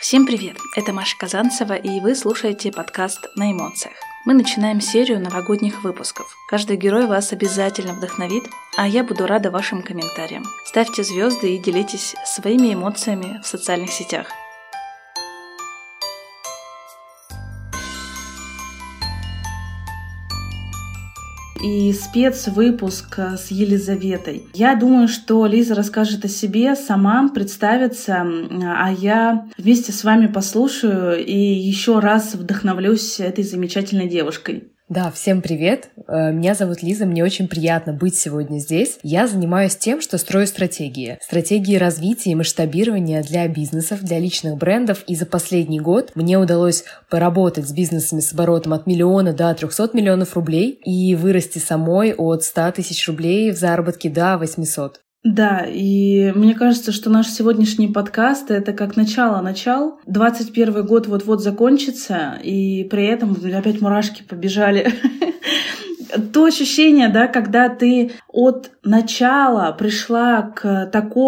Всем привет! Это Маша Казанцева, и вы слушаете подкаст «На эмоциях». Мы начинаем серию новогодних выпусков. Каждый герой вас обязательно вдохновит, а я буду рада вашим комментариям. Ставьте звезды и делитесь своими эмоциями в социальных сетях. И спецвыпуск с Елизаветой. Я думаю, что Лиза расскажет о себе, сама представится, а я вместе с вами послушаю и еще раз вдохновлюсь этой замечательной девушкой. Да, всем привет! Меня зовут Лиза, мне очень приятно быть сегодня здесь. Я занимаюсь тем, что строю стратегии. Стратегии развития и масштабирования для бизнесов, для личных брендов. И за последний год мне удалось поработать с бизнесами с оборотом от 1 миллиона до 300 миллионов рублей и вырасти самой от 100 тысяч рублей в заработке до 800. Да, и мне кажется, что наш сегодняшний подкаст — это как начало. 21 год вот-вот закончится, и при этом опять мурашки побежали. То ощущение, да, когда ты от начала пришла к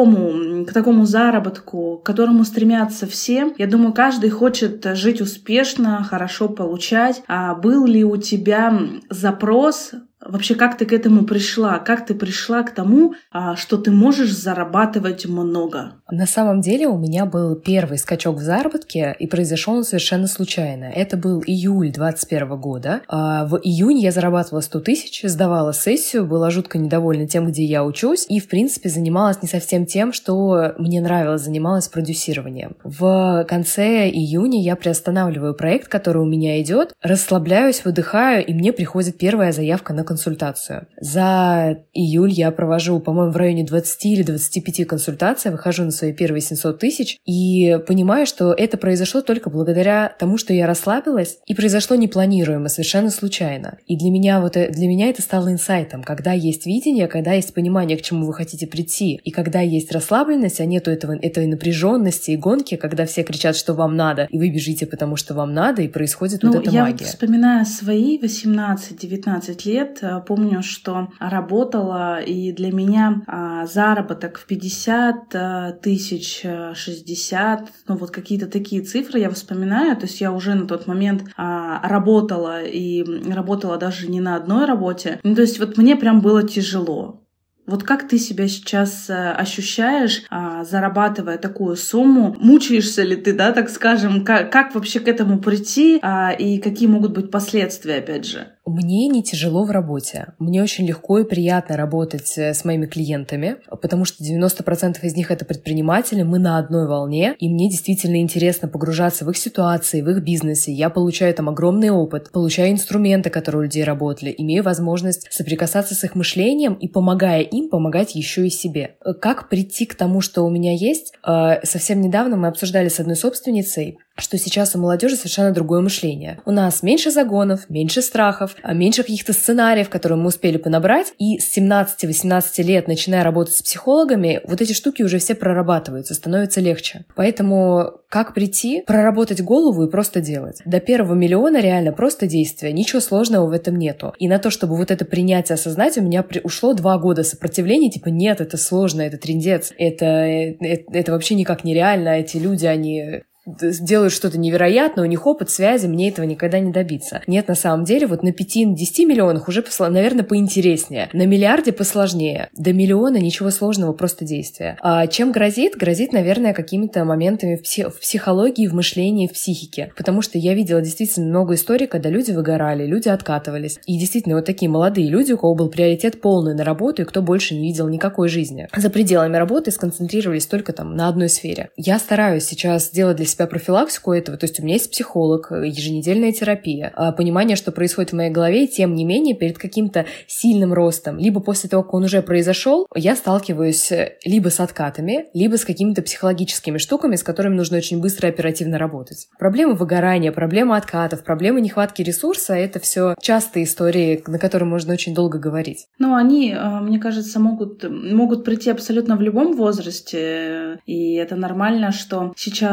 такому заработку, к которому стремятся все. Я думаю, каждый хочет жить успешно, хорошо получать. А был ли у тебя запрос? Вообще, как ты к этому пришла? Как ты пришла к тому, что ты можешь зарабатывать много? На самом деле у меня был первый скачок в заработке, и произошел он совершенно случайно. Это был июль 2021 года. В июне я зарабатывала 100 тысяч, сдавала сессию, была жутко недовольна тем, где я учусь, и, в принципе, занималась не совсем тем, что мне нравилось, занималась продюсированием. В конце июня я приостанавливаю проект, который у меня идет, расслабляюсь, выдыхаю, и мне приходит первая заявка на консультацию. За июль я провожу, по-моему, в районе 20 или 25 консультаций, выхожу на свои первые 700 тысяч и понимаю, что это произошло только благодаря тому, что я расслабилась, и произошло непланируемо, совершенно случайно. И для меня это стало инсайтом, когда есть видение, когда есть понимание, к чему вы хотите прийти, и когда есть расслабленность, а нету этой напряженности и гонки, когда все кричат, что вам надо, и вы бежите, потому что вам надо, и происходит вот эта магия. Я вспоминаю свои 18-19 лет, помню, что работала, и для меня заработок в 50 тысяч, 60, какие-то такие цифры я вспоминаю. То есть я уже на тот момент работала, и работала даже не на одной работе. То есть мне прям было тяжело. Как ты себя сейчас ощущаешь, зарабатывая такую сумму? Мучаешься ли ты, да, так скажем? Как вообще к этому прийти? И какие могут быть последствия, опять же? Мне не тяжело в работе. Мне очень легко и приятно работать с моими клиентами, потому что 90% из них — это предприниматели, мы на одной волне, и мне действительно интересно погружаться в их ситуации, в их бизнесе. Я получаю там огромный опыт, получаю инструменты, которые у людей работали, имею возможность соприкасаться с их мышлением и, помогая им, помогать еще и себе. Как прийти к тому, что у меня есть? Совсем недавно мы обсуждали с одной собственницей, что сейчас у молодежи совершенно другое мышление. У нас меньше загонов, меньше страхов, меньше каких-то сценариев, которые мы успели понабрать, и с 17-18 лет, начиная работать с психологами, эти штуки уже все прорабатываются, становится легче. Поэтому как прийти, проработать голову и просто делать? До 1 миллиона реально просто действия, ничего сложного в этом нету. И на то, чтобы это принять и осознать, у меня ушло 2 года сопротивления, нет, это сложно, это трындец, это вообще никак нереально, эти люди, они делают что-то невероятное, у них опыт, связи, мне этого никогда не добиться. Нет, на самом деле, на 5-10 миллионах уже, наверное, поинтереснее. На миллиарде посложнее. До миллиона ничего сложного, просто действия. А чем грозит? Грозит, наверное, какими-то моментами в психологии, в мышлении, в психике. Потому что я видела действительно много историй, когда люди выгорали, люди откатывались. И действительно, такие молодые люди, у кого был приоритет полный на работу, и кто больше не видел никакой жизни. За пределами работы сконцентрировались только на одной сфере. Я стараюсь сейчас делать для себя профилактику этого, то есть у меня есть психолог, еженедельная терапия, понимание, что происходит в моей голове, и тем не менее перед каким-то сильным ростом, либо после того, как он уже произошел, я сталкиваюсь либо с откатами, либо с какими-то психологическими штуками, с которыми нужно очень быстро и оперативно работать. Проблемы выгорания, проблемы откатов, проблемы нехватки ресурса — это все частые истории, на которые можно очень долго говорить. Они, мне кажется, могут прийти абсолютно в любом возрасте, и это нормально, что сейчас ты ощущаешь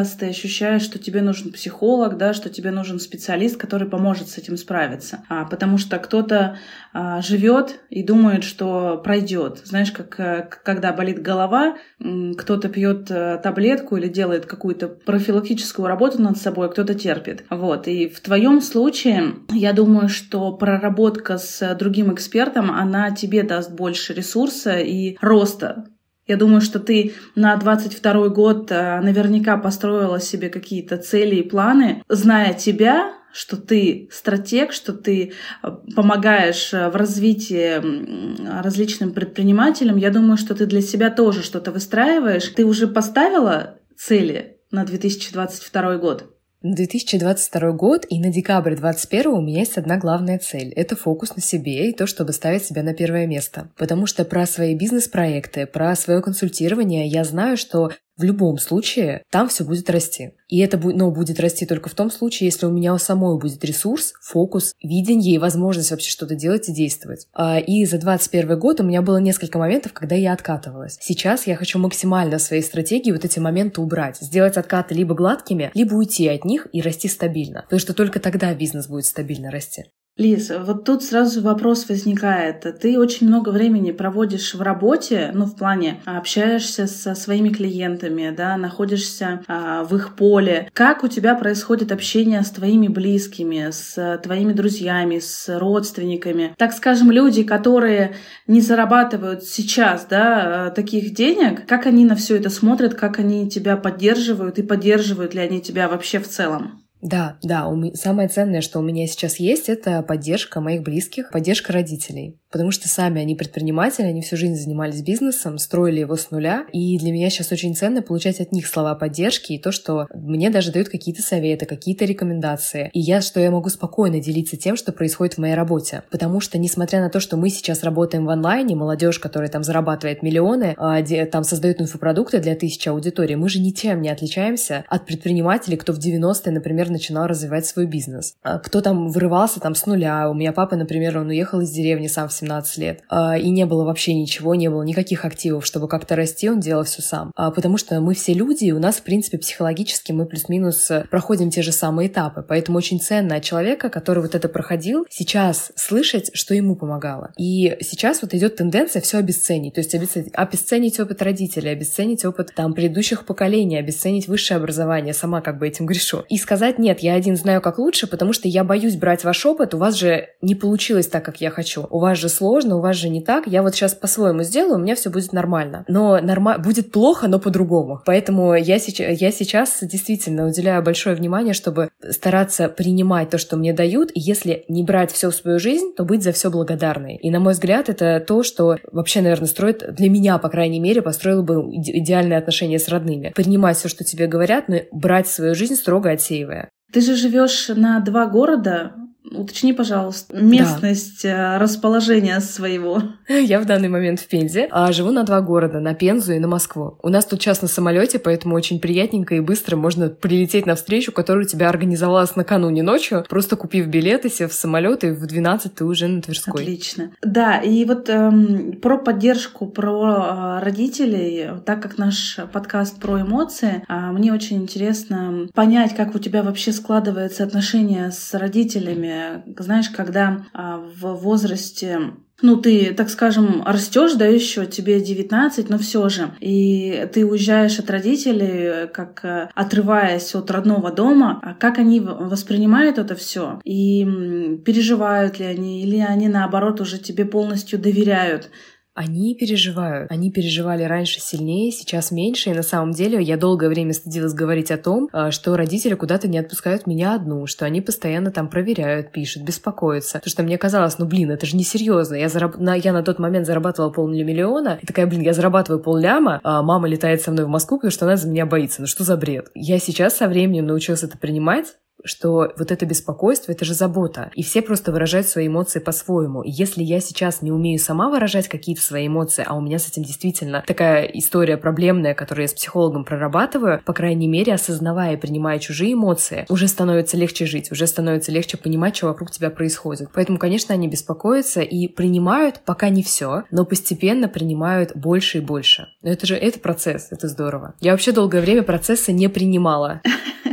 ощущаешь, что тебе нужен психолог, да, что тебе нужен специалист, который поможет с этим справиться. Потому что кто-то живет и думает, что пройдет. Знаешь, как когда болит голова, кто-то пьет таблетку или делает какую-то профилактическую работу над собой, а кто-то терпит. Вот. И в твоем случае, я думаю, что проработка с другим экспертом, она тебе даст больше ресурса и роста. Я думаю, что ты на 22-й год наверняка построила себе какие-то цели и планы, зная тебя, что ты стратег, что ты помогаешь в развитии различным предпринимателям. Я думаю, что ты для себя тоже что-то выстраиваешь. Ты уже поставила цели на 2022 год? На 2022 год и на декабрь 2021 у меня есть одна главная цель. Это фокус на себе и то, чтобы ставить себя на первое место. Потому что про свои бизнес-проекты, про свое консультирование я знаю, что в любом случае там все будет расти. И это будет расти только в том случае, если у меня у самой будет ресурс, фокус, видение и возможность вообще что-то делать и действовать. И за 2021 год у меня было несколько моментов, когда я откатывалась. Сейчас я хочу максимально в своей стратегии вот эти моменты убрать. Сделать откаты либо гладкими, либо уйти от них и расти стабильно. Потому что только тогда бизнес будет стабильно расти. Лиз, вот тут сразу вопрос возникает. Ты очень много времени проводишь в работе, в плане общаешься со своими клиентами, да, находишься в их поле. Как у тебя происходит общение с твоими близкими, с твоими друзьями, с родственниками? Так скажем, люди, которые не зарабатывают сейчас, да, таких денег, как они на все это смотрят, как они тебя поддерживают и поддерживают ли они тебя вообще в целом? Да, самое ценное, что у меня сейчас есть, это поддержка моих близких, поддержка родителей. Потому что сами они предприниматели, они всю жизнь занимались бизнесом, строили его с нуля. И для меня сейчас очень ценно получать от них слова поддержки и то, что мне даже дают какие-то советы, какие-то рекомендации. И что я могу спокойно делиться тем, что происходит в моей работе. Потому что, несмотря на то, что мы сейчас работаем в онлайне, молодежь, которая там зарабатывает миллионы, там создает инфопродукты для 1000 аудиторий, мы же ничем не отличаемся от предпринимателей, кто в 90-е, например, начинал развивать свой бизнес. Кто там вырывался там с нуля. У меня папа, например, он уехал из деревни сам в 17 лет. И не было вообще ничего, не было никаких активов, чтобы как-то расти, он делал все сам. Потому что мы все люди, и у нас, в принципе, психологически мы плюс-минус проходим те же самые этапы. Поэтому очень ценно от человека, который вот это проходил, сейчас слышать, что ему помогало. И сейчас вот идет тенденция все обесценить. То есть обесценить опыт родителей, обесценить опыт там предыдущих поколений, обесценить высшее образование. Сама как бы этим грешу. И сказать: нет, я один знаю, как лучше, потому что я боюсь брать ваш опыт, у вас же не получилось так, как я хочу. У вас же сложно, у вас же не так, я вот сейчас по-своему сделаю, у меня все будет нормально. Но будет плохо, но по-другому. Поэтому я сейчас действительно уделяю большое внимание, чтобы стараться принимать то, что мне дают, и если не брать все в свою жизнь, то быть за все благодарной. И, на мой взгляд, это то, что вообще, наверное, строит, для меня, по крайней мере, построило бы идеальные отношения с родными. Принимать все, что тебе говорят, но брать в свою жизнь, строго отсеивая. Ты же живешь на 2 города. Уточни, пожалуйста, местность расположения своего. Я в данный момент в Пензе, а живу на 2 города, на Пензу и на Москву. У нас тут час на самолете, поэтому очень приятненько и быстро можно прилететь на встречу, которую у тебя организовалась накануне ночью, просто купив билеты, сев в самолет, и в 12 ты уже на Тверской. Отлично. Да, и вот про поддержку, про родителей, так как наш подкаст про эмоции, мне очень интересно понять, как у тебя вообще складывается отношение с родителями. Знаешь, когда в возрасте, ты, так скажем, растешь, да, еще тебе 19, но все же, и ты уезжаешь от родителей, как отрываясь от родного дома, как они воспринимают это все и переживают ли они, или они наоборот уже тебе полностью доверяют? Они переживают. Они переживали раньше сильнее, сейчас меньше. И на самом деле я долгое время стыдилась говорить о том, что родители куда-то не отпускают меня одну, что они постоянно там проверяют, пишут, беспокоятся. Потому что мне казалось, это же несерьезно. Я на тот момент зарабатывала 500 000, и такая, я зарабатываю 500 000, а мама летает со мной в Москву, потому что она за меня боится. Что за бред? Я сейчас со временем научилась это принимать, что вот это беспокойство — это же забота. И все просто выражают свои эмоции по-своему. И если я сейчас не умею сама выражать какие-то свои эмоции, а у меня с этим действительно такая история проблемная, которую я с психологом прорабатываю, по крайней мере, осознавая и принимая чужие эмоции, уже становится легче жить, уже становится легче понимать, что вокруг тебя происходит. Поэтому, конечно, они беспокоятся и принимают пока не все, но постепенно принимают больше и больше. Но это процесс, это здорово. Я вообще долгое время процессы не принимала.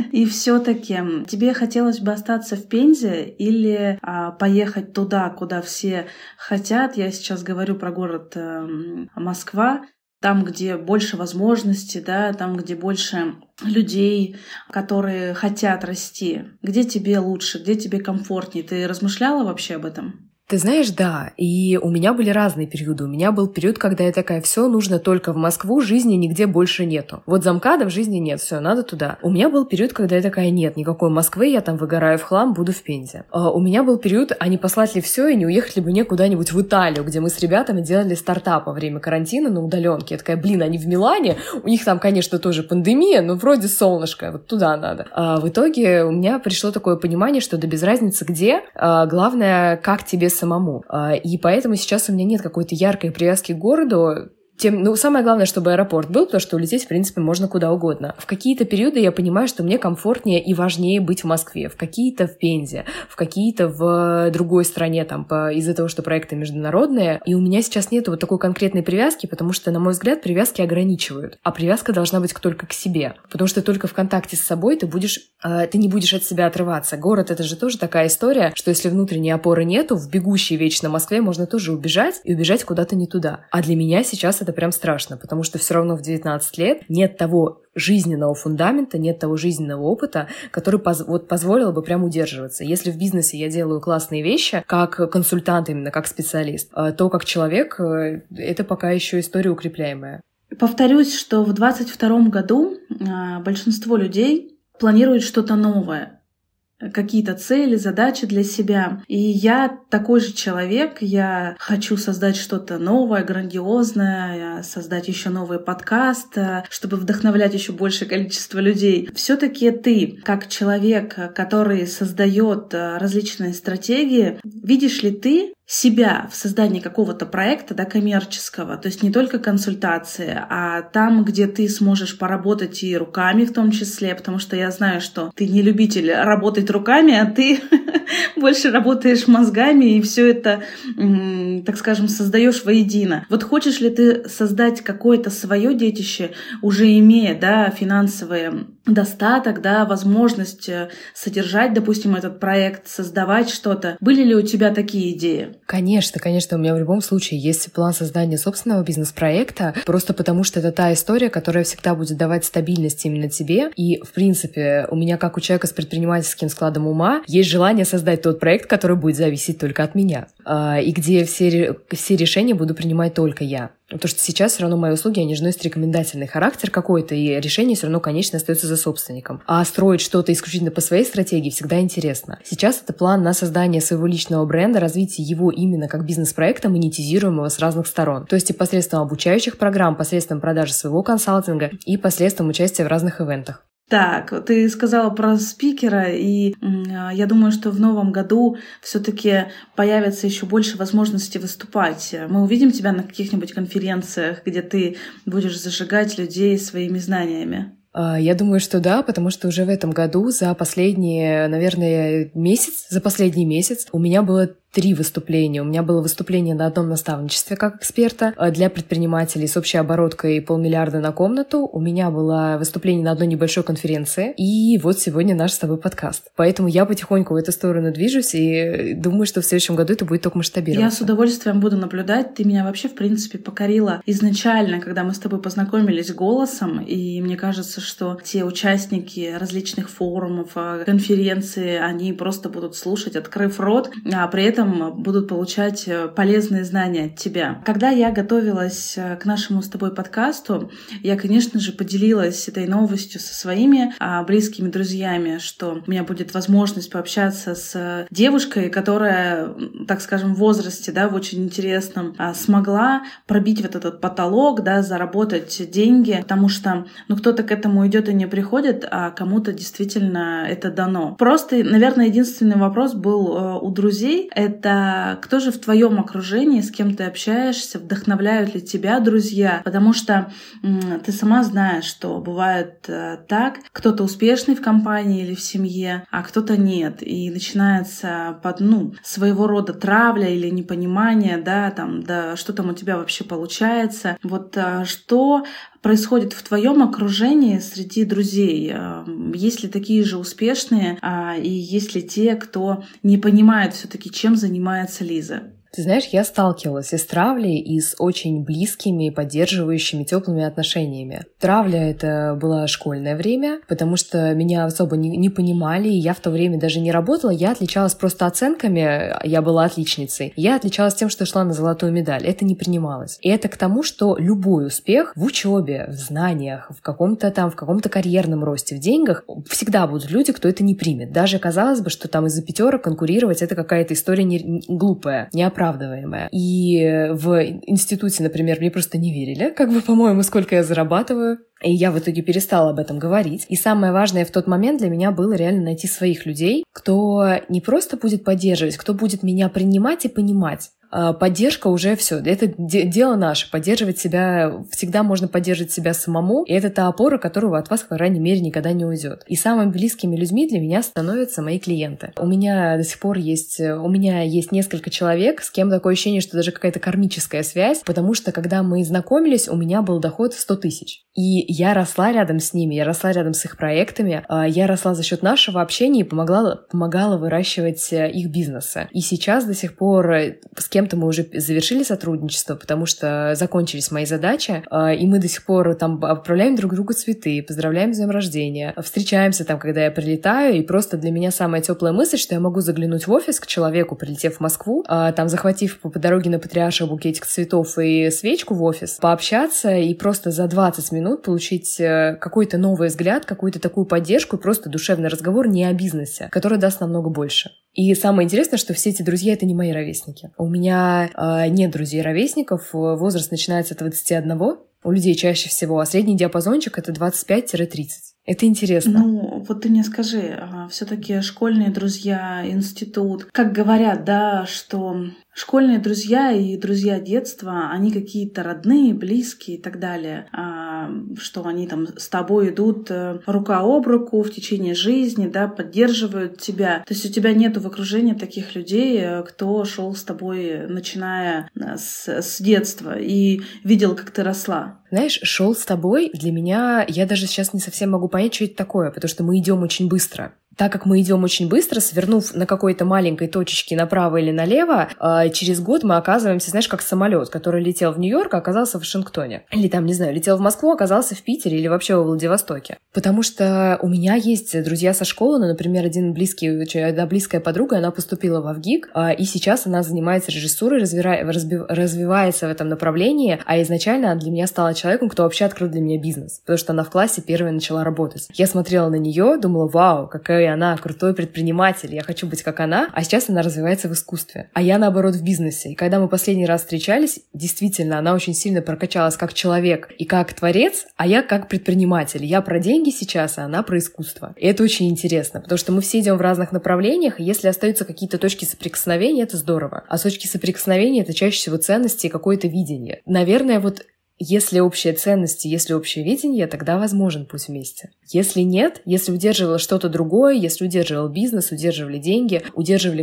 И все-таки тебе хотелось бы остаться в Пензе или поехать туда, куда все хотят? Я сейчас говорю про город Москва. Там, где больше возможностей, да, там, где больше людей, которые хотят расти. Где тебе лучше, где тебе комфортнее? Ты размышляла вообще об этом? Ты знаешь, да, и у меня были разные периоды. У меня был период, когда я такая: все, нужно только в Москву, жизни нигде больше нету. Вот замкада в жизни нет, все, надо туда. У меня был период, когда я такая: нет, никакой Москвы, я там выгораю в хлам, буду в Пензе. У меня был период, а не послать ли все и не уехать ли бы мне куда-нибудь в Италию, где мы с ребятами делали стартап во время карантина на удаленке. Я такая: блин, они в Милане, у них там, конечно, тоже пандемия, но вроде солнышко, вот туда надо. В итоге у меня пришло такое понимание, что да без разницы где, главное, как тебе самому. И поэтому сейчас у меня нет какой-то яркой привязки к городу. Самое главное, чтобы аэропорт был, потому что улететь, в принципе, можно куда угодно. В какие-то периоды я понимаю, что мне комфортнее и важнее быть в Москве, в какие-то в Пензе, в какие-то в другой стране, там, из-за того, что проекты международные. И у меня сейчас нет вот такой конкретной привязки, потому что, на мой взгляд, привязки ограничивают. А привязка должна быть только к себе. Потому что только в контакте с собой ты не будешь от себя отрываться. Город — это же тоже такая история, что если внутренней опоры нету, в бегущей вечно Москве можно тоже убежать и убежать куда-то не туда. А для меня сейчас это прям страшно, потому что все равно в 19 лет нет того жизненного фундамента, нет того жизненного опыта, который позволил бы прям удерживаться. Если в бизнесе я делаю классные вещи, как консультант, именно как специалист, то как человек это пока еще история укрепляемая. Повторюсь, что в 2022 году большинство людей планирует что-то новое. Какие-то цели, задачи для себя. И я такой же человек, я хочу создать что-то новое, грандиозное, создать еще новый подкаст, чтобы вдохновлять еще большее количество людей. Все-таки ты, как человек, который создает различные стратегии, видишь ли ты себя в создании какого-то проекта, да, коммерческого, то есть не только консультации, а там, где ты сможешь поработать и руками в том числе, потому что я знаю, что ты не любитель работать руками, а ты больше работаешь мозгами и все это, так скажем, создаешь воедино. Вот хочешь ли ты создать какое-то свое детище, уже имея, да, финансовые достаток, да, возможность содержать, допустим, этот проект, создавать что-то. Были ли у тебя такие идеи? Конечно, у меня в любом случае есть план создания собственного бизнес-проекта, просто потому что это та история, которая всегда будет давать стабильность именно тебе. И, в принципе, у меня, как у человека с предпринимательским складом ума, есть желание создать тот проект, который будет зависеть только от меня, и где все решения буду принимать только я. Потому что сейчас все равно мои услуги, они же носят рекомендательный характер какой-то, и решение все равно, конечно, остается за собственником. А строить что-то исключительно по своей стратегии всегда интересно. Сейчас это план на создание своего личного бренда, развитие его именно как бизнес-проекта, монетизируемого с разных сторон. То есть и посредством обучающих программ, посредством продажи своего консалтинга и посредством участия в разных ивентах. Так, ты сказала про спикера, и я думаю, что в новом году все-таки появится еще больше возможностей выступать. Мы увидим тебя на каких-нибудь конференциях, где ты будешь зажигать людей своими знаниями. Я думаю, что да, потому что уже в этом году за последний месяц у меня было 3 выступления. У меня было выступление на одном наставничестве как эксперта для предпринимателей с общей обороткой 500 000 на комнату. У меня было выступление на одной небольшой конференции. И вот сегодня наш с тобой подкаст. Поэтому я потихоньку в эту сторону движусь и думаю, что в следующем году это будет только масштабироваться. Я с удовольствием буду наблюдать. Ты меня вообще, в принципе, покорила изначально, когда мы с тобой познакомились голосом. И мне кажется, что те участники различных форумов, конференций, они просто будут слушать, открыв рот, а при этом будут получать полезные знания от тебя. Когда я готовилась к нашему с тобой подкасту, я, конечно же, поделилась этой новостью со своими близкими друзьями, что у меня будет возможность пообщаться с девушкой, которая, так скажем, в возрасте, да, в очень интересном, смогла пробить вот этот потолок, да, заработать деньги, потому что, кто-то к этому идет и не приходит, а кому-то действительно это дано. Просто, наверное, единственный вопрос был у друзей — это кто же в твоем окружении, с кем ты общаешься, вдохновляют ли тебя друзья, потому что ты сама знаешь, что бывает так, кто-то успешный в компании или в семье, а кто-то нет, и начинается своего рода травля или непонимание, да, что там у тебя вообще получается. Вот что происходит в твоем окружении среди друзей? Есть ли такие же успешные, и есть ли те, кто не понимает все-таки, чем занимается Лиза? Ты знаешь, я сталкивалась и с травлей, и с очень близкими, поддерживающими, теплыми отношениями. Травля — это было школьное время, потому что меня особо не понимали, и я в то время даже не работала, я отличалась просто оценками, я была отличницей. Я отличалась тем, что шла на золотую медаль, это не принималось. И это к тому, что любой успех в учебе, в знаниях, в каком-то карьерном росте, в деньгах, всегда будут люди, кто это не примет. Даже казалось бы, что там из-за пятерок конкурировать — это какая-то история глупая, неоправданная. И в институте, например, мне просто не верили, по-моему, сколько я зарабатываю. И я в итоге перестала об этом говорить. И самое важное в тот момент для меня было реально найти своих людей, кто не просто будет поддерживать, кто будет меня принимать и понимать. Поддержка уже все, это дело наше. Поддерживать себя, всегда можно поддерживать себя самому, и это та опора, которая от вас, по крайней мере, никогда не уйдет. И самыми близкими людьми для меня становятся мои клиенты. У меня до сих пор есть несколько человек, с кем такое ощущение, что даже какая-то кармическая связь, потому что, когда мы знакомились, у меня был доход 100 тысяч. И я росла рядом с ними, я росла рядом с их проектами, я росла за счет нашего общения и помогала выращивать их бизнесы. И сейчас до сих пор с кем-то мы уже завершили сотрудничество, потому что закончились мои задачи, и мы до сих пор там отправляем друг другу цветы, поздравляем с днем рождения, встречаемся там, когда я прилетаю, и просто для меня самая теплая мысль, что я могу заглянуть в офис к человеку, прилетев в Москву, там захватив по дороге на Патриарших букетик цветов и свечку в офис, пообщаться и просто за 20 минут получить какой-то новый взгляд, какую-то такую поддержку и просто душевный разговор не о бизнесе, который даст намного больше. И самое интересное, что все эти друзья — это не мои ровесники. У меня нет друзей-ровесников, возраст начинается от 21, у людей чаще всего, а средний диапазончик — это 25-30. Это интересно. Вот ты мне скажи, все-таки школьные друзья, институт, как говорят, да, что школьные друзья и друзья детства, они какие-то родные, близкие и так далее, что они там с тобой идут рука об руку в течение жизни, да, поддерживают тебя. То есть у тебя нету в окружении таких людей, кто шел с тобой, начиная с детства и видел, как ты росла. Знаешь, шел с тобой для меня, я даже сейчас не совсем могу понять, что это такое, потому что мы идем очень быстро. Так как мы идем очень быстро, свернув на какой-то маленькой точечке направо или налево, через год мы оказываемся, знаешь, как самолет, который летел в Нью-Йорк, а оказался в Вашингтоне. Или там, не знаю, летел в Москву, оказался в Питере или вообще во Владивостоке. Потому что у меня есть друзья со школы, например, одна близкая подруга, она поступила в ВГИК, и сейчас она занимается режиссурой, развивается в этом направлении, а изначально она для меня стала человеком, кто вообще открыл для меня бизнес, потому что она в классе первая начала работать. Я смотрела на нее, думала, вау, какая она крутой предприниматель, я хочу быть как она, а сейчас она развивается в искусстве. А я, наоборот, в бизнесе. И когда мы последний раз встречались, действительно, она очень сильно прокачалась как человек и как творец, а я как предприниматель. Я про деньги сейчас, а она про искусство. И это очень интересно, потому что мы все идем в разных направлениях, и если остаются какие-то точки соприкосновения, это здорово. А точки соприкосновения — это чаще всего ценности и какое-то видение. Наверное, если общие ценности, если общее видение, тогда возможен путь вместе. Если нет, если удерживало что-то другое, если удерживал бизнес, удерживали деньги, удерживали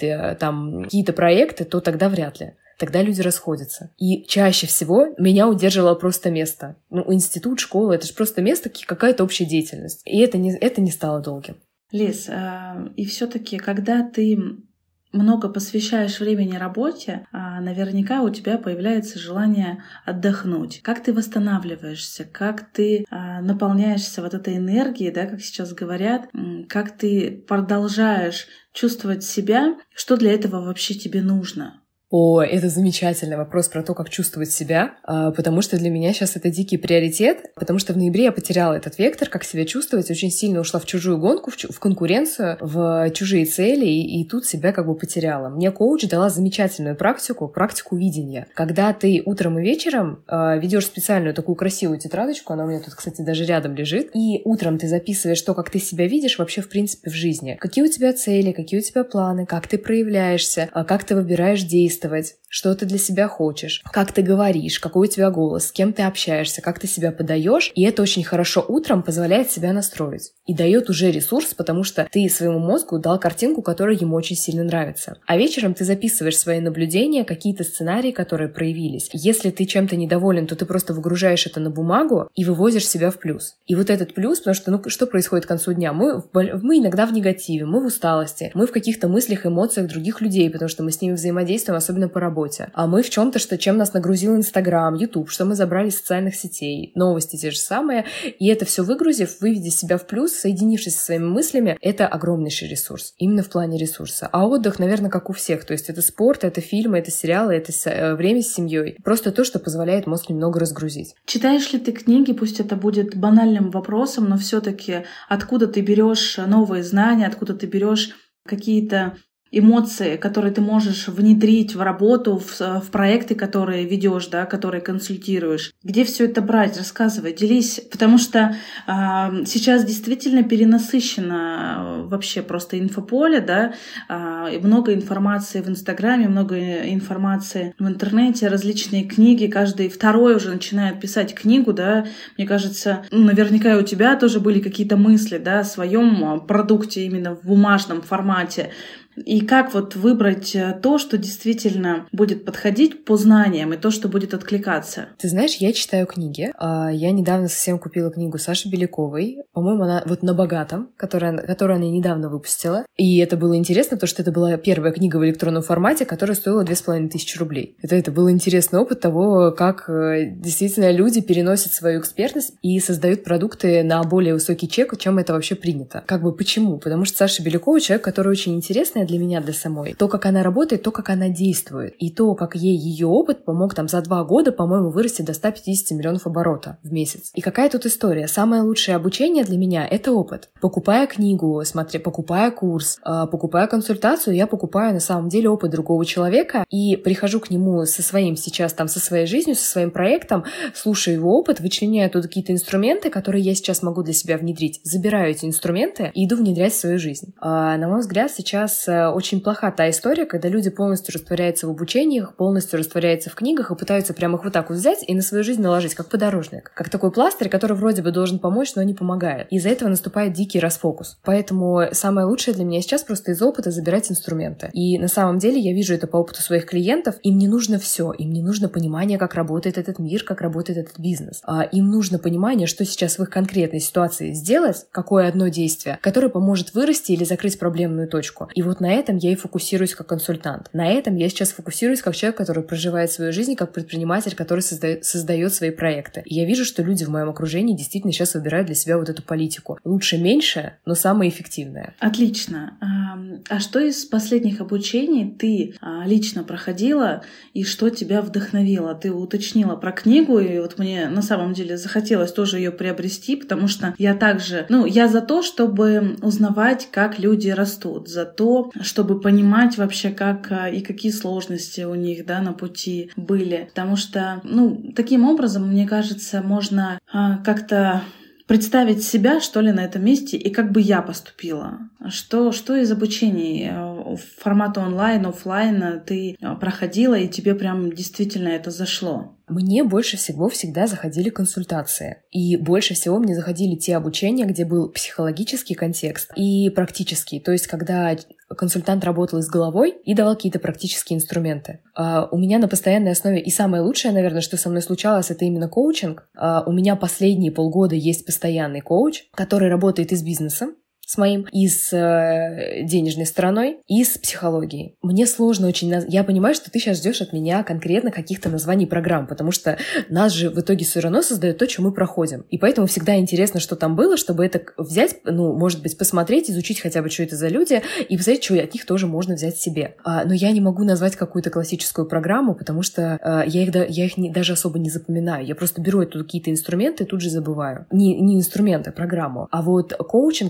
какие-то проекты, то тогда вряд ли. Тогда люди расходятся. И чаще всего меня удерживало просто место. Институт, школа — это же просто место, какая-то общая деятельность. И это не стало долгим. Лиз, и все-таки, когда ты много посвящаешь времени работе, наверняка у тебя появляется желание отдохнуть. Как ты восстанавливаешься, как ты наполняешься вот этой энергией, да, как сейчас говорят, как ты продолжаешь чувствовать себя, что для этого вообще тебе нужно? О, это замечательный вопрос про то, как чувствовать себя, потому что для меня сейчас это дикий приоритет, потому что в ноябре я потеряла этот вектор, как себя чувствовать, очень сильно ушла в чужую гонку, в конкуренцию, в чужие цели, и тут себя потеряла. Мне коуч дала замечательную практику видения. Когда ты утром и вечером ведешь специальную такую красивую тетрадочку, она у меня тут, кстати, даже рядом лежит, и утром ты записываешь то, как ты себя видишь вообще в принципе в жизни. Какие у тебя цели, какие у тебя планы, как ты проявляешься, как ты выбираешь действовать, что ты для себя хочешь, как ты говоришь, какой у тебя голос, с кем ты общаешься, как ты себя подаешь. И это очень хорошо утром позволяет себя настроить. И дает уже ресурс, потому что ты своему мозгу дал картинку, которая ему очень сильно нравится. А вечером ты записываешь свои наблюдения, какие-то сценарии, которые проявились. Если ты чем-то недоволен, то ты просто выгружаешь это на бумагу и вывозишь себя в плюс. И вот этот плюс, потому что, что происходит к концу дня? Мы иногда в негативе, мы в усталости, мы в каких-то мыслях, эмоциях других людей, потому что мы с ними взаимодействуем, особенно по работе. А мы в чем-то, чем нас нагрузил Инстаграм, Ютуб, что мы забрали из социальных сетей, новости те же самые. И это все выгрузив, выведя себя в плюс, соединившись со своими мыслями, это огромнейший ресурс. Именно в плане ресурса. А отдых, наверное, как у всех. То есть это спорт, это фильмы, это сериалы, это время с семьей. Просто то, что позволяет мозг немного разгрузить. Читаешь ли ты книги, пусть это будет банальным вопросом, но все-таки откуда ты берешь новые знания, откуда ты берешь какие-то эмоции, которые ты можешь внедрить в работу, в проекты, которые ведешь, да, которые консультируешь. Где все это брать? Рассказывай, делись, потому что сейчас действительно перенасыщено вообще просто инфополе, да, много информации в Инстаграме, много информации в интернете, различные книги, каждый второй уже начинает писать книгу, да, мне кажется, наверняка и у тебя тоже были какие-то мысли, да, о своем продукте именно в бумажном формате. И как вот выбрать то, что действительно будет подходить по знаниям, и то, что будет откликаться? Ты знаешь, я читаю книги. Я недавно совсем купила книгу Саши Беляковой. По-моему, она вот «На богатом», которую она недавно выпустила. И это было интересно, потому что это была первая книга в электронном формате, которая стоила 2500 рублей. Это был интересный опыт того, как действительно люди переносят свою экспертность и создают продукты на более высокий чек, чем это вообще принято. Почему? Потому что Саша Белякова человек, который очень интересный для меня, для самой. То, как она работает, то, как она действует. И то, как ей ее опыт помог за 2 года, по-моему, вырасти до 150 миллионов оборота в месяц. И какая тут история? Самое лучшее обучение для меня — это опыт. Покупая книгу, покупая курс, покупая консультацию, я покупаю на самом деле опыт другого человека и прихожу к нему со своей жизнью, со своим проектом, слушаю его опыт, вычленяю оттуда какие-то инструменты, которые я сейчас могу для себя внедрить, забираю эти инструменты и иду внедрять в свою жизнь. На мой взгляд, сейчас очень плоха та история, когда люди полностью растворяются в обучениях, полностью растворяются в книгах и пытаются прямо их вот так вот взять и на свою жизнь наложить, как подорожник. Как такой пластырь, который вроде бы должен помочь, но не помогает. Из-за этого наступает дикий расфокус. Поэтому самое лучшее для меня сейчас просто из опыта забирать инструменты. И на самом деле я вижу это по опыту своих клиентов. Им не нужно все. Им не нужно понимание, как работает этот мир, как работает этот бизнес. Им нужно понимание, что сейчас в их конкретной ситуации сделать, какое одно действие, которое поможет вырасти или закрыть проблемную точку. И вот на этом я и фокусируюсь как консультант. На этом я сейчас фокусируюсь как человек, который проживает свою жизнь, как предприниматель, который создает свои проекты. И я вижу, что люди в моем окружении действительно сейчас выбирают для себя вот эту политику. Лучше меньше, но самое эффективное. Отлично. А что из последних обучений ты лично проходила и что тебя вдохновило? Ты уточнила про книгу, и вот мне на самом деле захотелось тоже ее приобрести, потому что я также, я за то, чтобы узнавать, как люди растут, за то, чтобы понимать вообще, как и какие сложности у них, да, на пути были. Потому что, таким образом, мне кажется, можно как-то представить себя, что ли, на этом месте, и как бы я поступила. Что из обучений формата онлайн, офлайн ты проходила, и тебе прям действительно это зашло? Мне больше всего всегда заходили консультации. И больше всего мне заходили те обучения, где был психологический контекст и практический. То есть, когда консультант работал с головой и давал какие-то практические инструменты. У меня на постоянной основе, и самое лучшее, наверное, что со мной случалось, это именно коучинг. У меня последние полгода есть постоянный коуч, который работает и с бизнесом, с моим, и с денежной стороной, и с психологией. Мне сложно очень... Я понимаю, что ты сейчас ждешь от меня конкретно каких-то названий программ, потому что нас же в итоге все равно создает то, что мы проходим. И поэтому всегда интересно, что там было, чтобы это взять, может быть, посмотреть, изучить хотя бы, что это за люди, и посмотреть, что от них тоже можно взять себе. Но я не могу назвать какую-то классическую программу, потому что я их даже особо не запоминаю. Я просто беру оттуда какие-то инструменты и тут же забываю. Не инструменты, а программу. А вот коучинг постоянно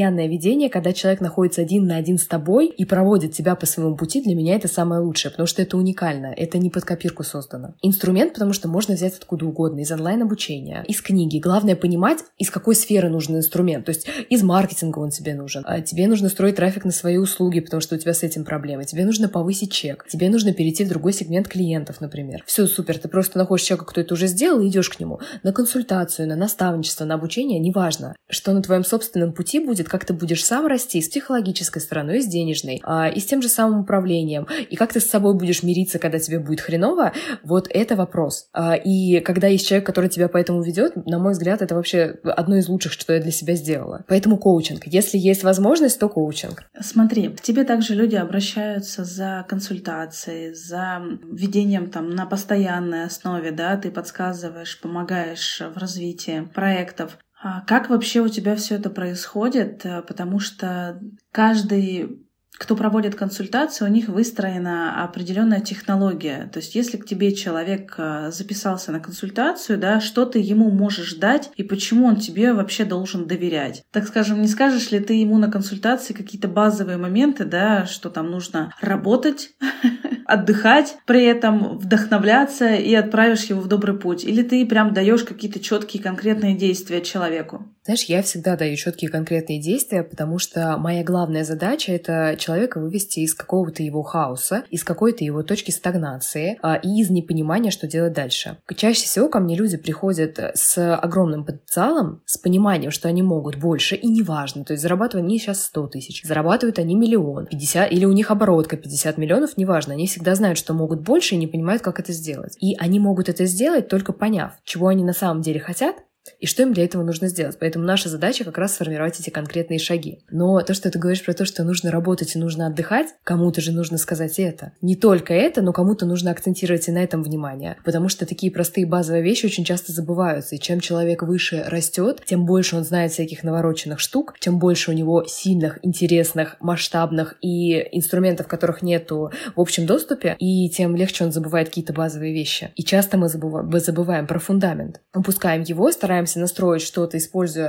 постоянное ведение, когда человек находится один на один с тобой и проводит тебя по своему пути, для меня это самое лучшее, потому что это уникально, это не под копирку создано. Инструмент, потому что можно взять откуда угодно, из онлайн-обучения, из книги. Главное понимать, из какой сферы нужен инструмент, то есть из маркетинга он тебе нужен. Тебе нужно строить трафик на свои услуги, потому что у тебя с этим проблемы. Тебе нужно повысить чек, тебе нужно перейти в другой сегмент клиентов, например. Все супер, ты просто находишь человека, кто это уже сделал, и идешь к нему на консультацию, на наставничество, на обучение, неважно. Что на твоем собственном пути будет, как ты будешь сам расти с психологической стороны, и с денежной, и с тем же самым управлением, и как ты с собой будешь мириться, когда тебе будет хреново, вот это вопрос. И когда есть человек, который тебя по этому ведет, на мой взгляд, это вообще одно из лучших, что я для себя сделала. Поэтому коучинг. Если есть возможность, то коучинг. Смотри, к тебе также люди обращаются за консультацией, за ведением там на постоянной основе, да, ты подсказываешь, помогаешь в развитии проектов. А как вообще у тебя все это происходит? Потому что каждый, кто проводит консультацию, у них выстроена определенная технология. То есть если к тебе человек записался на консультацию, да, что ты ему можешь дать и почему он тебе вообще должен доверять? Так скажем, не скажешь ли ты ему на консультации какие-то базовые моменты, да, что там нужно работать, отдыхать, при этом вдохновляться и отправишь его в добрый путь? Или ты прям даешь какие-то четкие конкретные действия человеку? Знаешь, я всегда даю четкие конкретные действия, потому что моя главная задача — это человека вывести из какого-то его хаоса, из какой-то его точки стагнации и из непонимания, что делать дальше. Чаще всего ко мне люди приходят с огромным потенциалом, с пониманием, что они могут больше, и неважно, то есть зарабатывают они сейчас 100 тысяч, зарабатывают они 1 миллион, 50, или у них оборотка 50 миллионов, неважно, они всегда знают, что могут больше и не понимают, как это сделать. И они могут это сделать, только поняв, чего они на самом деле хотят, и что им для этого нужно сделать. Поэтому наша задача как раз сформировать эти конкретные шаги. Но то, что ты говоришь про то, что нужно работать и нужно отдыхать, кому-то же нужно сказать это. Не только это, но кому-то нужно акцентировать и на этом внимание. Потому что такие простые базовые вещи очень часто забываются. И чем человек выше растет, тем больше он знает всяких навороченных штук, чем больше у него сильных, интересных, масштабных и инструментов, которых нету в общем доступе, и тем легче он забывает какие-то базовые вещи. И часто мы забываем про фундамент. Упускаем его, стараемся настроить что-то, используя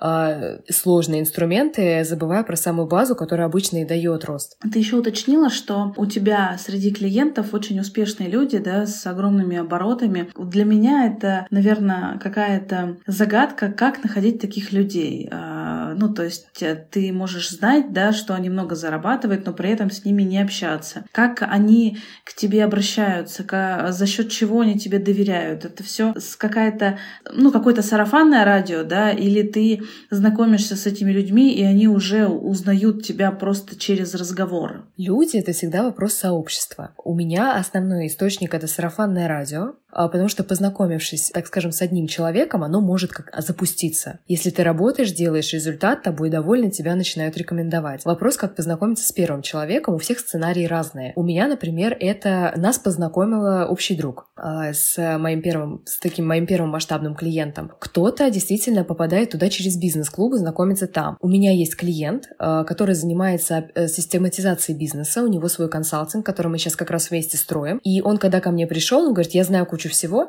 сложные инструменты, забывая про самую базу, которая обычно и дает рост. Ты еще уточнила, что у тебя среди клиентов очень успешные люди, да, с огромными оборотами. Для меня это, наверное, какая-то загадка, как находить таких людей. Ну, то есть ты можешь знать, да, что они много зарабатывают, но при этом с ними не общаться. Как они к тебе обращаются, за счет чего они тебе доверяют? Это все какая-то, какое-то сарафанное радио, да, или ты знакомишься с этими людьми, и они уже узнают тебя просто через разговор? Люди — это всегда вопрос сообщества. У меня основной источник — это сарафанное радио, потому что, познакомившись, так скажем, с одним человеком, оно может как запуститься. Если ты работаешь, делаешь результат, тобой довольны, тебя начинают рекомендовать. Вопрос, как познакомиться с первым человеком, у всех сценарии разные. У меня, например, нас познакомила общий друг с таким моим первым масштабным клиентом. Кто-то действительно попадает туда через бизнес-клубы, знакомится там. У меня есть клиент, который занимается систематизацией бизнеса, у него свой консалтинг, который мы сейчас как раз вместе строим. И он, когда ко мне пришел, он говорит: я знаю кучу всего.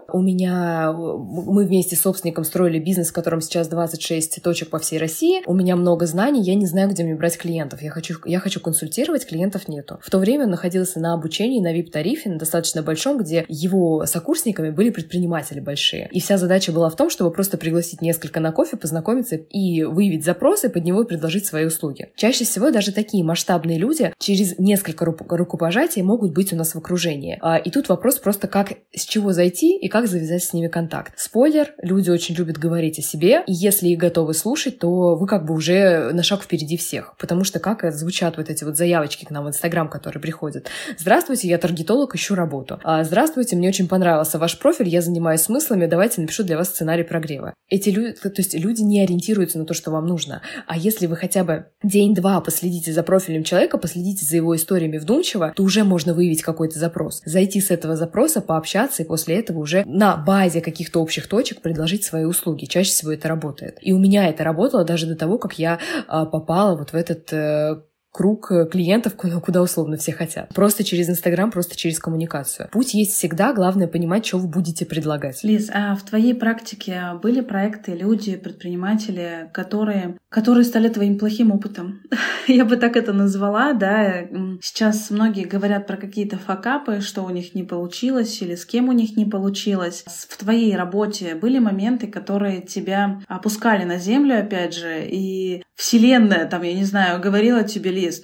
Мы вместе с собственником строили бизнес, в котором сейчас 26 точек по всей России. У меня много знаний, я не знаю, где мне брать клиентов. Я хочу консультировать, клиентов нету. В то время он находился на обучении на VIP-тарифе, на достаточно большом, где его сокурсниками были предприниматели большие. И вся задача была в том, чтобы просто пригласить несколько на кофе, познакомиться и выявить запросы, под него предложить свои услуги. Чаще всего даже такие масштабные люди через несколько рукопожатий могут быть у нас в окружении. И тут вопрос просто с чего зайти и как завязать с ними контакт. Спойлер, люди очень любят говорить о себе, и если их готовы слушать, то вы как бы уже на шаг впереди всех. Потому что как звучат вот эти вот заявочки к нам в Инстаграм, которые приходят. Здравствуйте, я таргетолог, ищу работу. Здравствуйте, мне очень понравился ваш профиль, я занимаюсь смыслами, давайте напишу для вас сценарий прогрева. Эти люди, то есть люди не ориентируются на то, что вам нужно. А если вы хотя бы день-два последите за профилем человека, последите за его историями вдумчиво, то уже можно выявить какой-то запрос. Зайти с этого запроса, пообщаться и после этого уже на базе каких-то общих точек предложить свои услуги. Чаще всего это работает. И у меня это работало даже до того, как я попала вот в этот круг клиентов, куда условно все хотят. Просто через Инстаграм, просто через коммуникацию. Путь есть всегда, главное понимать, что вы будете предлагать. Лиз, а в твоей практике были проекты, люди, предприниматели, которые стали твоим плохим опытом? Я бы так это назвала, да. Сейчас многие говорят про какие-то факапы, что у них не получилось или с кем у них не получилось. В твоей работе были моменты, которые тебя опускали на землю, опять же, и вселенная, там, я не знаю, говорила тебе, Лиз,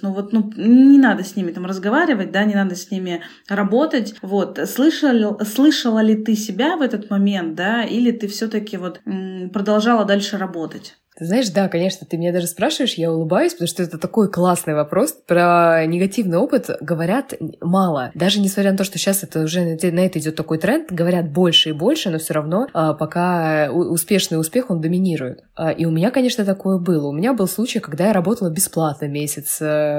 не надо с ними там разговаривать, да, не надо с ними работать. Вот, слышала ли ты себя в этот момент, да, или ты все-таки продолжала дальше работать? Ты знаешь, да, конечно, ты меня даже спрашиваешь, я улыбаюсь, потому что это такой классный вопрос. Про негативный опыт говорят мало. Даже несмотря на то, что сейчас это уже на это идет такой тренд, говорят больше и больше, но все равно пока успешный успех, он доминирует. И у меня, конечно, такое было. У меня был случай, когда я работала бесплатно месяц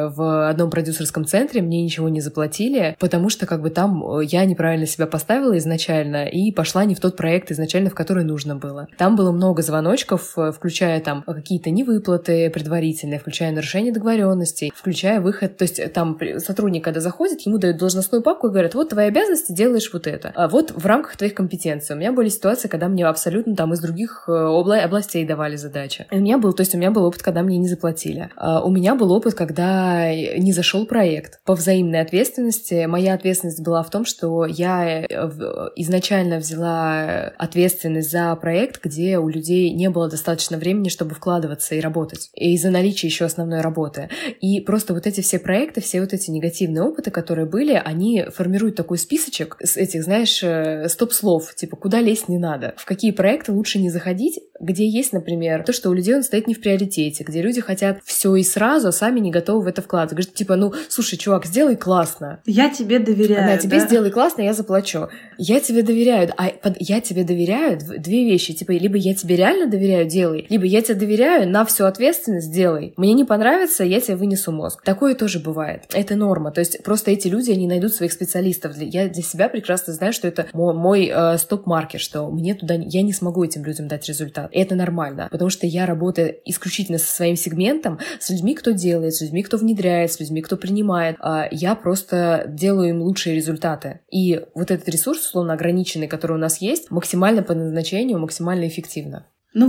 в одном продюсерском центре, мне ничего не заплатили, потому что там я неправильно себя поставила изначально и пошла не в тот проект изначально, в который нужно было. Там было много звоночков, включая там какие-то невыплаты предварительные, включая нарушение договоренностей, включая выход, то есть там сотрудник, когда заходит, ему дают должностную папку и говорят, вот твои обязанности, делаешь вот это, а вот в рамках твоих компетенций. У меня были ситуации, когда мне абсолютно там из других областей давали задачи. И у меня был опыт, когда мне не заплатили. У меня был опыт, когда не зашел проект. По взаимной ответственности моя ответственность была в том, что я изначально взяла ответственность за проект, где у людей не было достаточно времени, чтобы вкладываться и работать. И из-за наличия еще основной работы. И просто вот эти все проекты, все вот эти негативные опыты, которые были, они формируют такой списочек с этих, знаешь, стоп-слов, типа, куда лезть не надо, в какие проекты лучше не заходить, где есть, например, то, что у людей он стоит не в приоритете, где люди хотят все и сразу, а сами не готовы в это вкладывать. Говорят, типа, слушай, чувак, сделай классно. Я тебе доверяю. Да, тебе сделай классно, я заплачу. Я тебе доверяю. Я тебе доверяю две вещи. Типа, либо я тебе реально доверяю, делай, либо я тебе доверяю, на всю ответственность делай. Мне не понравится, я тебе вынесу мозг. Такое тоже бывает. Это норма. То есть просто эти люди, они найдут своих специалистов. Я для себя прекрасно знаю, что это мой стоп-маркер, что я не смогу этим людям дать результат. И это нормально, потому что я работаю исключительно со своим сегментом, с людьми, кто делает, с людьми, кто внедряет, с людьми, кто принимает. Я просто делаю им лучшие результаты. И вот этот ресурс, условно ограниченный, который у нас есть, максимально по назначению, максимально эффективно.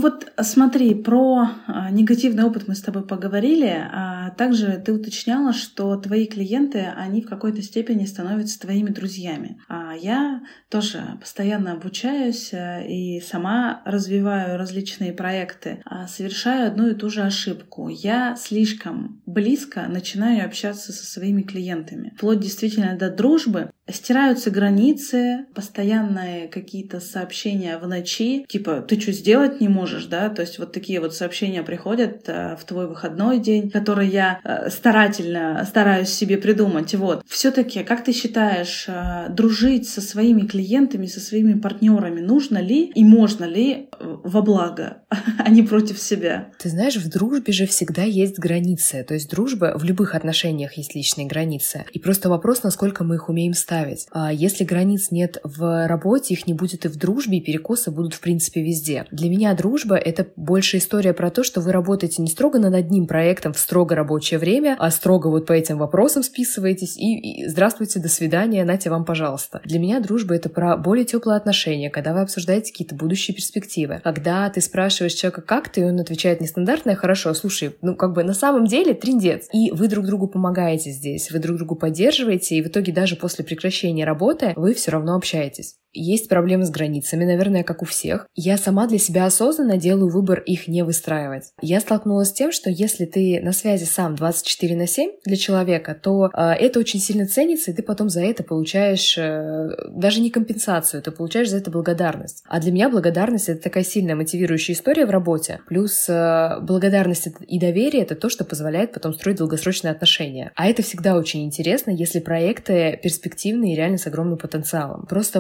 Смотри, про негативный опыт мы с тобой поговорили, а также ты уточняла, что твои клиенты, они в какой-то степени становятся твоими друзьями. Я тоже постоянно обучаюсь и сама развиваю различные проекты, совершаю одну и ту же ошибку. Я слишком близко начинаю общаться со своими клиентами, вплоть действительно до дружбы. Стираются границы, постоянные какие-то сообщения в ночи, типа «ты что, сделать не можешь?», да? То есть вот такие вот сообщения приходят в твой выходной день, которые я старательно стараюсь себе придумать. Вот. Все-таки, как ты считаешь, дружить со своими клиентами, со своими партнерами нужно ли и можно ли во благо, а не против себя? Ты знаешь, в дружбе же всегда есть границы. То есть дружба в любых отношениях есть личные границы. И просто вопрос, насколько мы их умеем ставить. Если границ нет в работе, их не будет и в дружбе, и перекосы будут в принципе везде. Для меня дружба — это больше история про то, что вы работаете не строго над одним проектом в строго рабочее время, а строго вот по этим вопросам списываетесь и здравствуйте, до свидания, нате вам, пожалуйста. Для меня дружба — это про более теплые отношения, когда вы обсуждаете какие-то будущие перспективы. Когда ты спрашиваешь человека, как ты, и он отвечает нестандартно, хорошо, слушай, на самом деле трындец. И вы друг другу помогаете здесь, вы друг другу поддерживаете, и в итоге даже после прекращения работы вы все равно общаетесь. Есть проблемы с границами, наверное, как у всех. Я сама для себя осознанно делаю выбор их не выстраивать. Я столкнулась с тем, что если ты на связи сам 24/7 для человека, то это очень сильно ценится, и ты потом за это получаешь даже не компенсацию, ты получаешь за это благодарность. А для меня благодарность — это такая сильная мотивирующая история в работе. Плюс благодарность и доверие — это то, что позволяет потом строить долгосрочные отношения. А это всегда очень интересно, если проекты перспективные и реально с огромным потенциалом. Просто вопрос,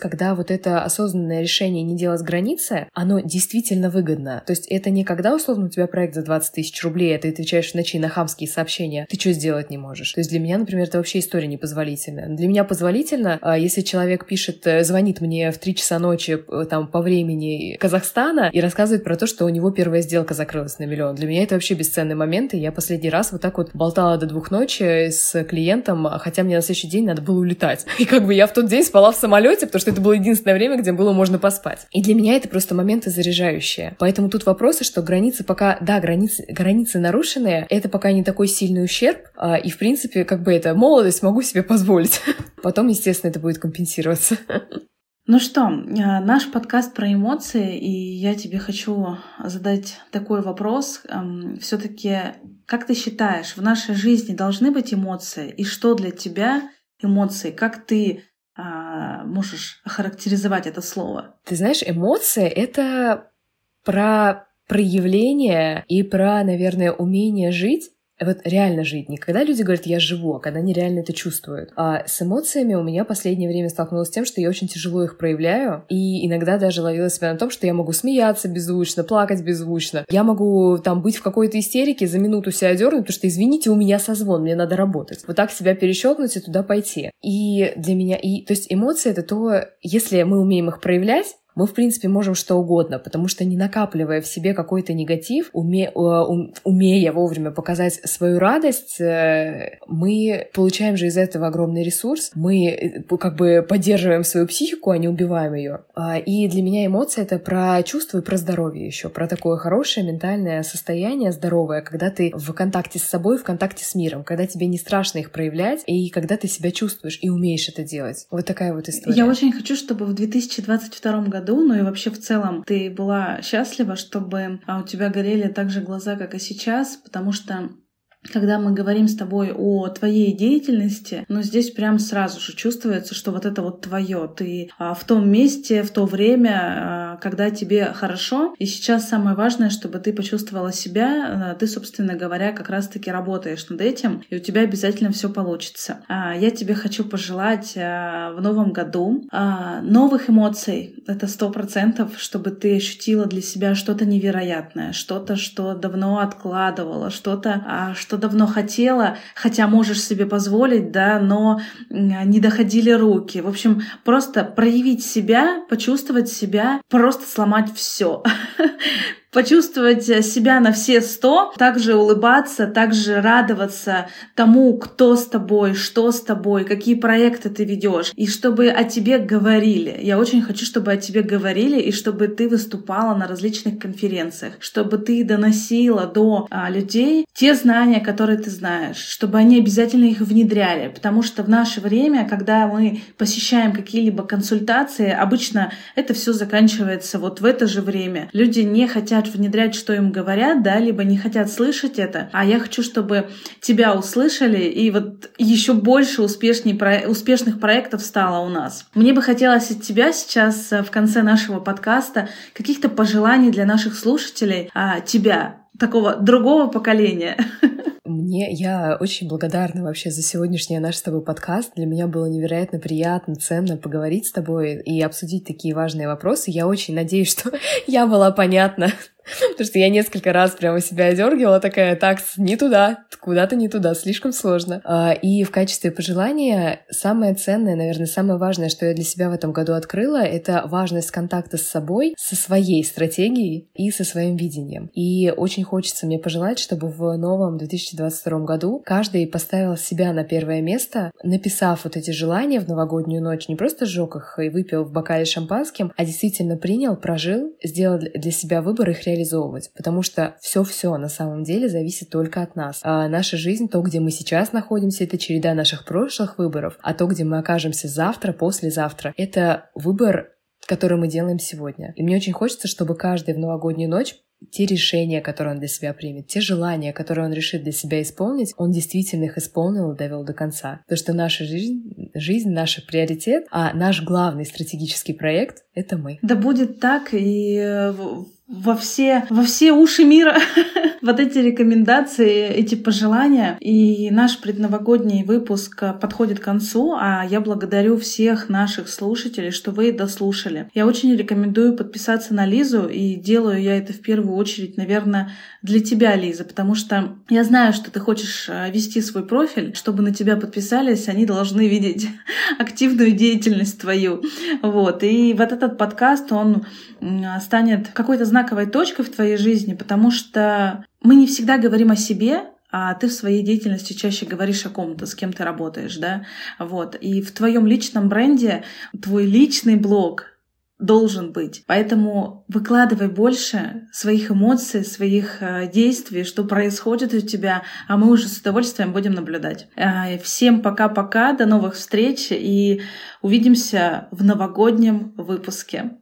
когда вот это осознанное решение не делать границы, оно действительно выгодно. То есть это не когда, условно, у тебя проект за 20 тысяч рублей, а ты отвечаешь в ночи на хамские сообщения, ты что сделать не можешь. То есть для меня, например, это вообще история непозволительная. Для меня позволительно, если человек пишет, звонит мне в 3 часа ночи там по времени Казахстана и рассказывает про то, что у него первая сделка закрылась на 1 миллион. Для меня это вообще бесценный момент, и я последний раз вот так вот болтала до 2 ночи с клиентом, хотя мне на следующий день надо было улетать. И как бы я в тот день спала в самолете, потому что это было единственное время, где было можно поспать. И для меня это просто моменты заряжающие. Поэтому тут вопросы, что границы пока, да, границы нарушенные, это пока не такой сильный ущерб, и в принципе, как бы это молодость могу себе позволить. Потом, естественно, это будет компенсироваться. Ну что, наш подкаст про эмоции, и я тебе хочу задать такой вопрос. Все-таки, как ты считаешь, в нашей жизни должны быть эмоции? И что для тебя эмоции? Как ты можешь охарактеризовать это слово? Ты знаешь, эмоции — это про проявление и про, наверное, умение жить. Вот реально жить. Не когда люди говорят «я живу», а когда они реально это чувствуют. А с эмоциями у меня в последнее время столкнулась с тем, что я очень тяжело их проявляю, и иногда даже ловила себя на том, что я могу смеяться беззвучно, плакать беззвучно. Я могу там быть в какой-то истерике, за минуту себя дернуть, потому что, извините, у меня созвон, мне надо работать. Вот так себя перещелкнуть и туда пойти. И для меня... То есть эмоции — это то, если мы умеем их проявлять, мы, в принципе, можем что угодно, потому что, не накапливая в себе какой-то негатив, умея вовремя показать свою радость, мы получаем же из этого огромный ресурс, мы как бы поддерживаем свою психику, а не убиваем ее. И для меня эмоции — это про чувства и про здоровье еще, про такое хорошее ментальное состояние, здоровое, когда ты в контакте с собой, в контакте с миром, когда тебе не страшно их проявлять, и когда ты себя чувствуешь и умеешь это делать. Вот такая вот история. Я очень хочу, чтобы в 2022 году, ну и вообще в целом, ты была счастлива, чтобы у тебя горели так же глаза, как и сейчас, потому что когда мы говорим с тобой о твоей деятельности, ну здесь прям сразу же чувствуется, что вот это вот твое. Ты в том месте, в то время, когда тебе хорошо. И сейчас самое важное, чтобы ты почувствовала себя. Ты, собственно говоря, как раз-таки работаешь над этим, и у тебя обязательно все получится. Я тебе хочу пожелать в новом году новых эмоций. Это 100%, чтобы ты ощутила для себя что-то невероятное, что-то, что давно откладывала, что-то, что давно хотела, хотя можешь себе позволить, да, но не доходили руки. В общем, просто проявить себя, почувствовать себя, просто сломать все. Почувствовать себя на все 100, также улыбаться, также радоваться тому, кто с тобой, что с тобой, какие проекты ты ведешь, и чтобы о тебе говорили. Я очень хочу, чтобы о тебе говорили, и чтобы ты выступала на различных конференциях, чтобы ты доносила до людей те знания, которые ты знаешь, чтобы они обязательно их внедряли, потому что в наше время, когда мы посещаем какие-либо консультации, обычно это все заканчивается вот в это же время. Люди не хотят внедрять, что им говорят, да, либо не хотят слышать это, а я хочу, чтобы тебя услышали, и вот еще больше успешных проектов стало у нас. Мне бы хотелось от тебя сейчас в конце нашего подкаста каких-то пожеланий для наших слушателей, тебя, такого другого поколения. Я очень благодарна вообще за сегодняшний наш с тобой подкаст. Для меня было невероятно приятно, ценно поговорить с тобой и обсудить такие важные вопросы. Я очень надеюсь, что я была понятна. Потому что я несколько раз прямо себя одергивала, такая: так, не туда, куда-то не туда, слишком сложно. И в качестве пожелания самое ценное, наверное, самое важное, что я для себя в этом году открыла, это важность контакта с собой, со своей стратегией и со своим видением. И очень хочется мне пожелать, чтобы в новом 2022 году каждый поставил себя на первое место, написав вот эти желания в новогоднюю ночь, не просто сжег их и выпил в бокале шампанским, а действительно принял, прожил, сделал для себя выбор их реализовывать, потому что все на самом деле зависит только от нас. Наша жизнь, то, где мы сейчас находимся, это череда наших прошлых выборов, а то, где мы окажемся завтра, послезавтра, это выбор, который мы делаем сегодня. И мне очень хочется, чтобы каждый в новогоднюю ночь те решения, которые он для себя примет, те желания, которые он решит для себя исполнить, он действительно их исполнил и довел до конца. Потому что наша жизнь, наш приоритет, а наш главный стратегический проект — это мы. Да будет так, и во все уши мира вот эти рекомендации, эти пожелания. И наш предновогодний выпуск подходит к концу, а я благодарю всех наших слушателей, что вы дослушали. Я очень рекомендую подписаться на Лизу, и делаю я это в первую очередь, наверное, для тебя, Лиза, потому что я знаю, что ты хочешь вести свой профиль, чтобы на тебя подписались, они должны видеть активную деятельность твою. Вот. И вот этот подкаст, он станет какой-то знаковой точкой в твоей жизни, потому что мы не всегда говорим о себе, а ты в своей деятельности чаще говоришь о ком-то, с кем ты работаешь, да? Вот. И в твоем личном бренде твой личный блог должен быть. Поэтому выкладывай больше своих эмоций, своих действий, что происходит у тебя, а мы уже с удовольствием будем наблюдать. Всем пока-пока, до новых встреч и увидимся в новогоднем выпуске.